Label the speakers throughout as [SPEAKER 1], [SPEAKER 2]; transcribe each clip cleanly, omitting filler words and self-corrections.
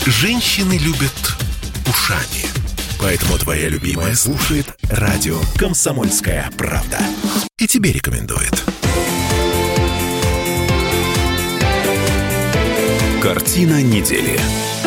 [SPEAKER 1] Женщины любят ушами. Поэтому твоя любимая слушает радио «Комсомольская правда». И тебе рекомендует. Картина недели.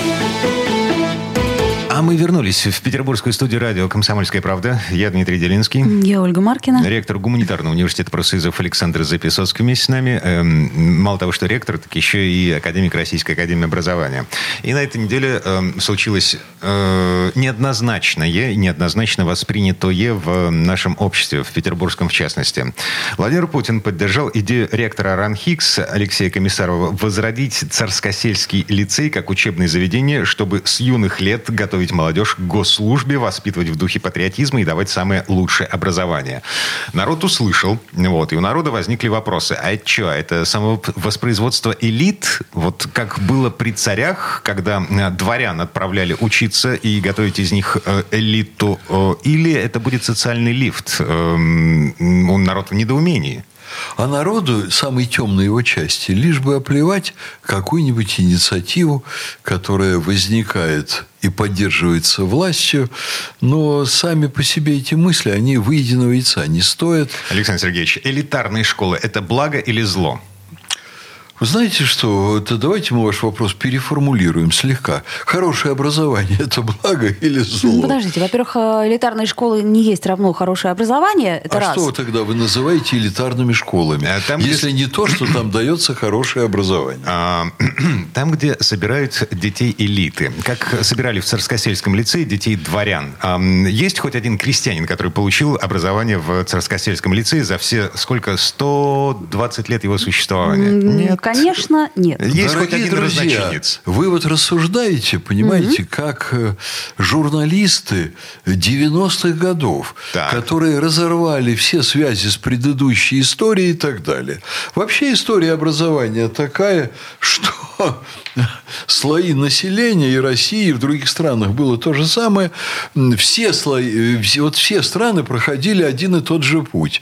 [SPEAKER 2] А мы вернулись в петербургскую студию радио «Комсомольская правда». Я Дмитрий Делинский.
[SPEAKER 3] Я Ольга Маркина.
[SPEAKER 2] Ректор гуманитарного университета профсоюзов Александр Записоцкий вместе с нами. Мало того, что ректор, так еще и академик Российской академии образования. И на этой неделе случилось неоднозначное и неоднозначно воспринятое в нашем обществе, в петербургском в частности. Владимир Путин поддержал идею ректора РАНХИКС Алексея Комиссарова возродить Царскосельский лицей как учебное заведение, чтобы с юных лет готовить молодежь к госслужбе, воспитывать в духе патриотизма и давать самое лучшее образование. Народ услышал, и у народа возникли вопросы. А это что? Это самовоспроизводство элит? Вот как было при царях, когда дворян отправляли учиться и готовить из них элиту? Или это будет социальный лифт? Народ в недоумении.
[SPEAKER 4] А народу, самой темной его части, лишь бы оплевать какую-нибудь инициативу, которая возникает и поддерживается властью, но сами по себе эти мысли, они выеденного яйца не стоят.
[SPEAKER 2] Александр Сергеевич, элитарные школы – это благо или зло?
[SPEAKER 4] Вы знаете что? Давайте мы ваш вопрос переформулируем слегка. Хорошее образование – это благо или зло?
[SPEAKER 3] Подождите. Во-первых, элитарные школы не есть равно хорошее образование. Это раз.
[SPEAKER 4] Что тогда вы называете элитарными школами? Если не то, что там дается хорошее образование.
[SPEAKER 2] Там, где собирают детей элиты. Как собирали в Царскосельском лицее детей дворян. Есть хоть один крестьянин, который получил образование в Царскосельском лицее за все, 120 лет его существования? Нет.
[SPEAKER 3] Конечно, нет.
[SPEAKER 2] Есть
[SPEAKER 4] Дорогие
[SPEAKER 2] хоть один
[SPEAKER 4] друзья,
[SPEAKER 2] разночинец.
[SPEAKER 4] вы вот рассуждаете, понимаете, как журналисты 90-х годов, которые разорвали все связи с предыдущей историей и так далее. Вообще история образования такая, что слои населения и России, и в других странах было то же самое. Все страны проходили один и тот же путь.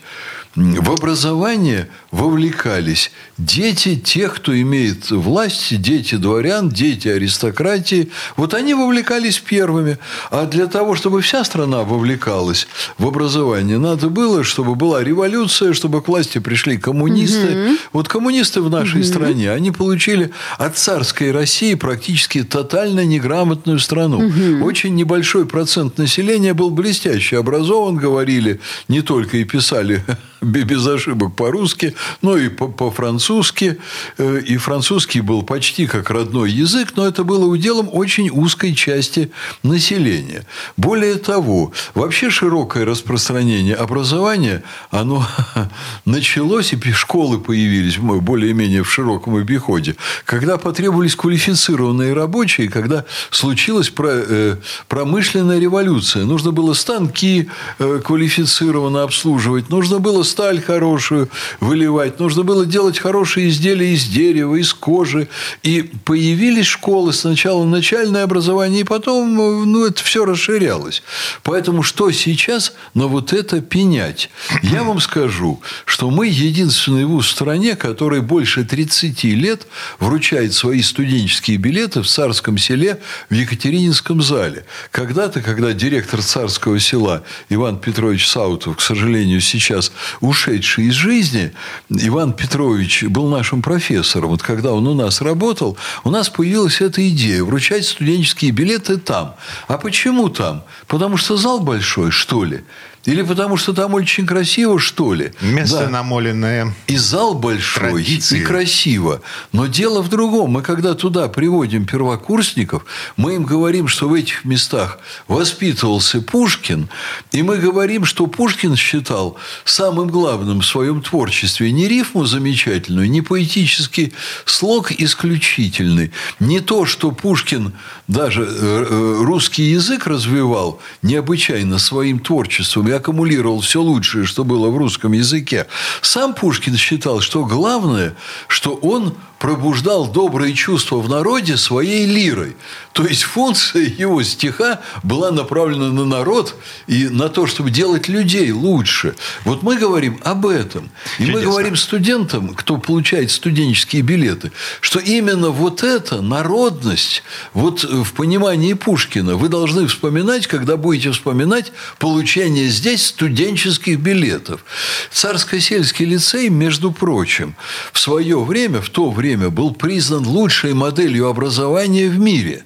[SPEAKER 4] В образование вовлекались дети тех, кто имеет власть, дети дворян, дети аристократии. Вот они вовлекались первыми. А для того, чтобы вся страна вовлекалась в образование, надо было, чтобы была революция, чтобы к власти пришли коммунисты. Вот коммунисты в нашей стране, они получили от царской России практически тотально неграмотную страну. Очень небольшой процент населения был блестяще образован, говорили не только и писали без ошибок по-русски, но и по-французски. И французский был почти как родной язык, но это было уделом очень узкой части населения. Более того, вообще широкое распространение образования, оно началось, и школы появились более-менее в широком обиходе, когда потребовались квалифицированные рабочие, когда случилась промышленная революция. Нужно было станки квалифицированно обслуживать, нужно было сталь хорошую выливать, нужно было делать хорошие изделия из дерева, из кожи. И появились школы, сначала начальное образование, и потом это все расширялось. Поэтому что сейчас на вот это пенять? Я вам скажу, что мы единственный вуз в стране, который больше 30 лет вручает свои студенческие билеты в Царском селе в Екатерининском зале. Когда-то, когда директор Царского села Иван Петрович Саутов, к сожалению, сейчас ушедший из жизни, Иван Петрович был нашим профессором. Вот когда он у нас работал, у нас появилась эта идея вручать студенческие билеты там. А почему там? Потому что зал большой, что ли? Или потому что там очень красиво, что ли?
[SPEAKER 2] Место намоленное.
[SPEAKER 4] И зал большой,
[SPEAKER 2] традиции.
[SPEAKER 4] и красиво. Но дело в другом. Мы когда туда приводим первокурсников, мы им говорим, что в этих местах воспитывался Пушкин. И мы говорим, что Пушкин считал самым главным в своем творчестве не рифму замечательную, не поэтический слог исключительный. Не то, что Пушкин даже русский язык развивал необычайно своим творчеством и аккумулировал все лучшее, что было в русском языке. Сам Пушкин считал, что главное, что он пробуждал добрые чувства в народе своей лирой. То есть функция его стиха была направлена на народ и на то, чтобы делать людей лучше. Вот мы говорим об этом. И мы говорим студентам, кто получает студенческие билеты, что именно вот эта народность, вот в понимании Пушкина, вы должны вспоминать, когда будете вспоминать получение здесь студенческих билетов. Царско-сельский лицей, между прочим, в то время был признан лучшей моделью образования в мире.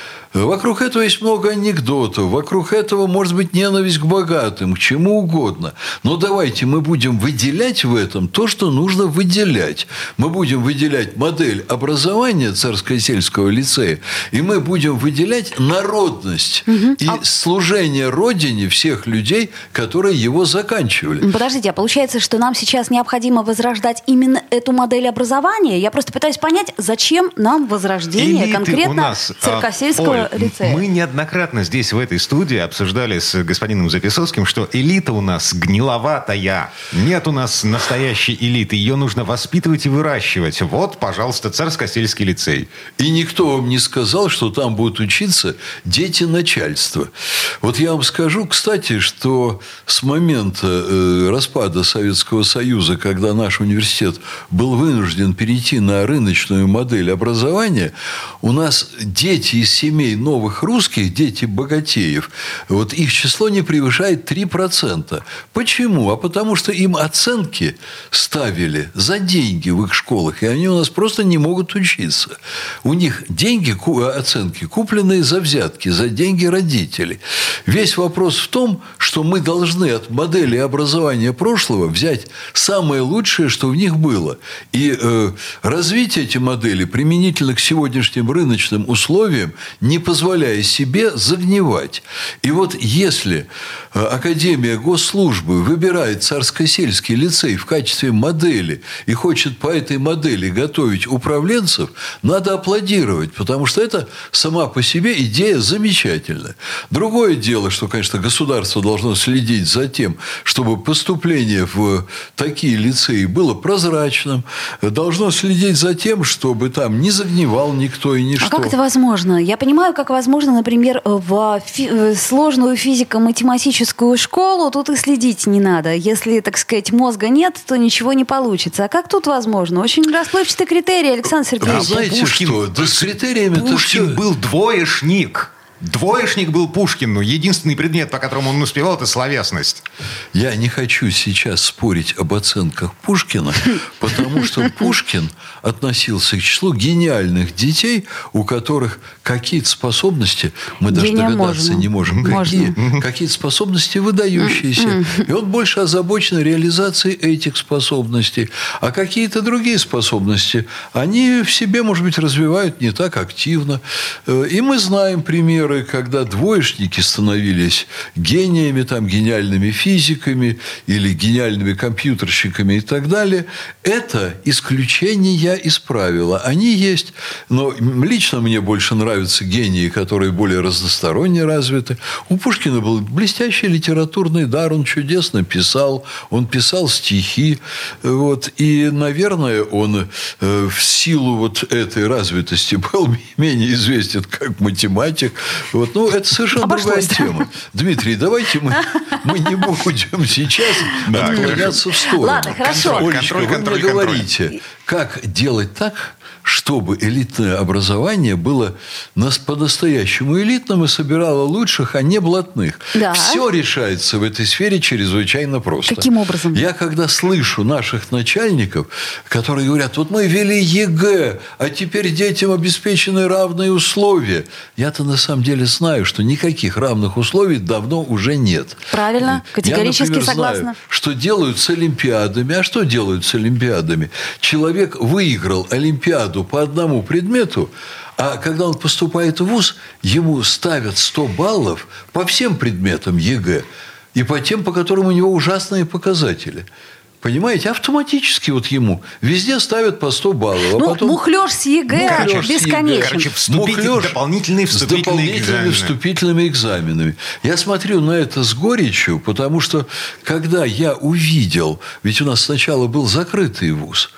[SPEAKER 4] Вокруг этого есть много анекдотов. Вокруг этого может быть ненависть к богатым, к чему угодно. Но давайте мы будем выделять в этом то, что нужно выделять. Мы будем выделять модель образования Царско-сельского лицея, и мы будем выделять народность и служение Родине всех людей, которые его заканчивали.
[SPEAKER 3] Подождите, а получается, что нам сейчас необходимо возрождать именно эту модель образования? Я просто пытаюсь понять, зачем нам возрождение конкретно Царско-сельского лицея.
[SPEAKER 2] Мы неоднократно здесь, в этой студии, обсуждали с господином Записоцким, что элита у нас гниловатая. Нет у нас настоящей элиты. Ее нужно воспитывать и выращивать. Вот, пожалуйста, Царско-сельский лицей.
[SPEAKER 4] И никто вам не сказал, что там будут учиться дети начальства. Вот я вам скажу, кстати, что с момента распада Советского Союза, когда наш университет был вынужден перейти на рыночную модель образования, у нас дети из семей новых русских, дети богатеев, вот их число не превышает 3%. Почему? А потому что им оценки ставили за деньги в их школах, и они у нас просто не могут учиться. У них деньги, оценки, купленные за взятки, за деньги родителей. Весь вопрос в том, что мы должны от модели образования прошлого взять самое лучшее, что в них было, и развить эти модели применительно к сегодняшним рыночным условиям, не позволяя себе загнивать. И вот если Академия госслужбы выбирает Царско-сельский лицей в качестве модели и хочет по этой модели готовить управленцев, надо аплодировать, потому что это сама по себе идея замечательная. Другое дело, что, конечно, государство должно следить за тем, чтобы поступление в такие лицеи было прозрачным, должно следить за тем, чтобы там не загнивал никто и ничто.
[SPEAKER 3] А как это возможно? Я понимаю, как возможно, например, в сложную физико-математическую школу тут и следить не надо. Если, так сказать, мозга нет, то ничего не получится. А как тут возможно? Очень расплывчатый критерий, Александр Сергеевич.
[SPEAKER 4] А знаете что? Да с критериями
[SPEAKER 2] Пушкин был двоечник. Двоечник был Пушкин, но единственный предмет, по которому он успевал, это словесность.
[SPEAKER 4] Я не хочу сейчас спорить об оценках Пушкина, потому что Пушкин относился к числу гениальных детей, у которых какие-то способности, мы даже догадаться не можем, какие-то способности выдающиеся. И он больше озабочен реализацией этих способностей. А какие-то другие способности, они в себе, может быть, развивают не так активно. И мы знаем примеры, когда двоечники становились гениями, там, гениальными физиками или гениальными компьютерщиками и так далее. Это исключения из правила. Они есть. Но лично мне больше нравятся гении, которые более разносторонне развиты. У Пушкина был блестящий литературный дар. Он чудесно писал. Он писал стихи. Вот. И, наверное, он в силу вот этой развитости был менее известен как математик. Вот. Ну, это совершенно другая тема. Дмитрий, давайте мы не будем сейчас отклоняться в сторону.
[SPEAKER 3] Ладно, хорошо.
[SPEAKER 4] Олечка, вы мне говорите, как делать так, чтобы элитное образование было по-настоящему элитным и собирало лучших, а не блатных.
[SPEAKER 3] Да.
[SPEAKER 4] Все решается в этой сфере чрезвычайно просто.
[SPEAKER 3] Каким образом?
[SPEAKER 4] Я когда слышу наших начальников, которые говорят, вот мы ввели ЕГЭ, а теперь детям обеспечены равные условия. Я-то на самом деле знаю, что никаких равных условий давно уже нет.
[SPEAKER 3] Правильно, категорически
[SPEAKER 4] я, например,
[SPEAKER 3] согласна.
[SPEAKER 4] Знаю, что делают с олимпиадами. А что делают с олимпиадами? Человек выиграл олимпиаду по одному предмету, а когда он поступает в вуз, ему ставят 100 баллов по всем предметам ЕГЭ и по тем, по которым у него ужасные показатели. Понимаете, автоматически вот ему везде ставят по 100 баллов. А потом...
[SPEAKER 3] мухлёж с ЕГЭ бесконечно.
[SPEAKER 2] Дополнительные
[SPEAKER 4] вступительными экзаменами. Я смотрю на это с горечью, потому что, когда я увидел, ведь у нас сначала был закрытый вуз,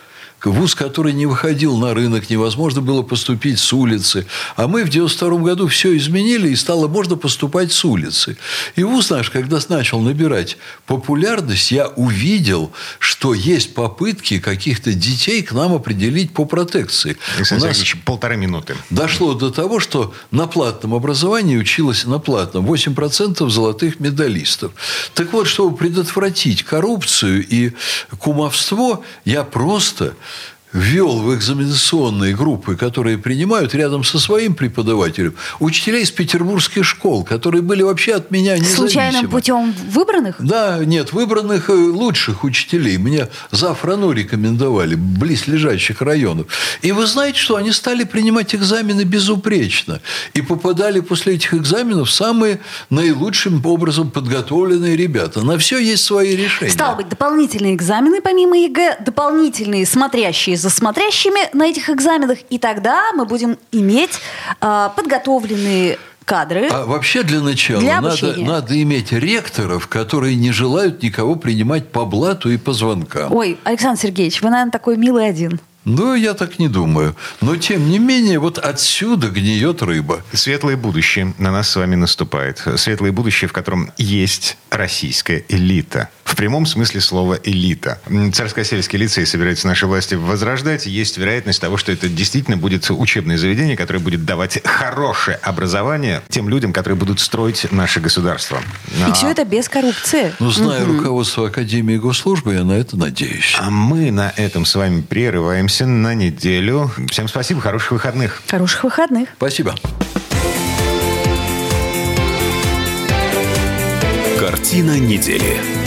[SPEAKER 4] вуз, который не выходил на рынок, невозможно было поступить с улицы. А мы в 92 году все изменили, и стало можно поступать с улицы. И вуз наш, когда начал набирать популярность, я увидел, что есть попытки каких-то детей к нам определить по протекции.
[SPEAKER 2] Александр Сергеевич, 1,5 минуты.
[SPEAKER 4] Дошло до того, что на платном образовании училось на платном 8% золотых медалистов. Так вот, чтобы предотвратить коррупцию и кумовство, я просто ввел в экзаменационные группы, которые принимают рядом со своим преподавателем, учителей из петербургских школ, которые были вообще от меня независимы.
[SPEAKER 3] Случайным путем выбранных?
[SPEAKER 4] Да, нет, выбранных лучших учителей. Мне Зафрану рекомендовали, близлежащих районов. И вы знаете, что они стали принимать экзамены безупречно. И попадали после этих экзаменов самые наилучшим образом подготовленные ребята. На все есть свои решения.
[SPEAKER 3] Стало быть, дополнительные экзамены помимо ЕГЭ, дополнительные смотрящие за смотрящими на этих экзаменах, и тогда мы будем иметь подготовленные кадры.
[SPEAKER 4] А вообще для начала надо иметь ректоров, которые не желают никого принимать по блату и по звонкам.
[SPEAKER 3] Ой, Александр Сергеевич, вы, наверное, такой милый один.
[SPEAKER 4] Ну, я так не думаю. Но, тем не менее, вот отсюда гниет рыба.
[SPEAKER 2] Светлое будущее на нас с вами наступает. Светлое будущее, в котором есть российская элита. В прямом смысле слова элита. Царско-сельский лицей собираются наши власти возрождать. Есть вероятность того, что это действительно будет учебное заведение, которое будет давать хорошее образование тем людям, которые будут строить наше государство.
[SPEAKER 3] И все это без коррупции.
[SPEAKER 4] Ну, зная руководство Академии Госслужбы, я на это надеюсь.
[SPEAKER 2] А мы на этом с вами прерываемся на неделю. Всем спасибо, хороших выходных.
[SPEAKER 3] Хороших выходных.
[SPEAKER 4] Спасибо.
[SPEAKER 1] Картина недели.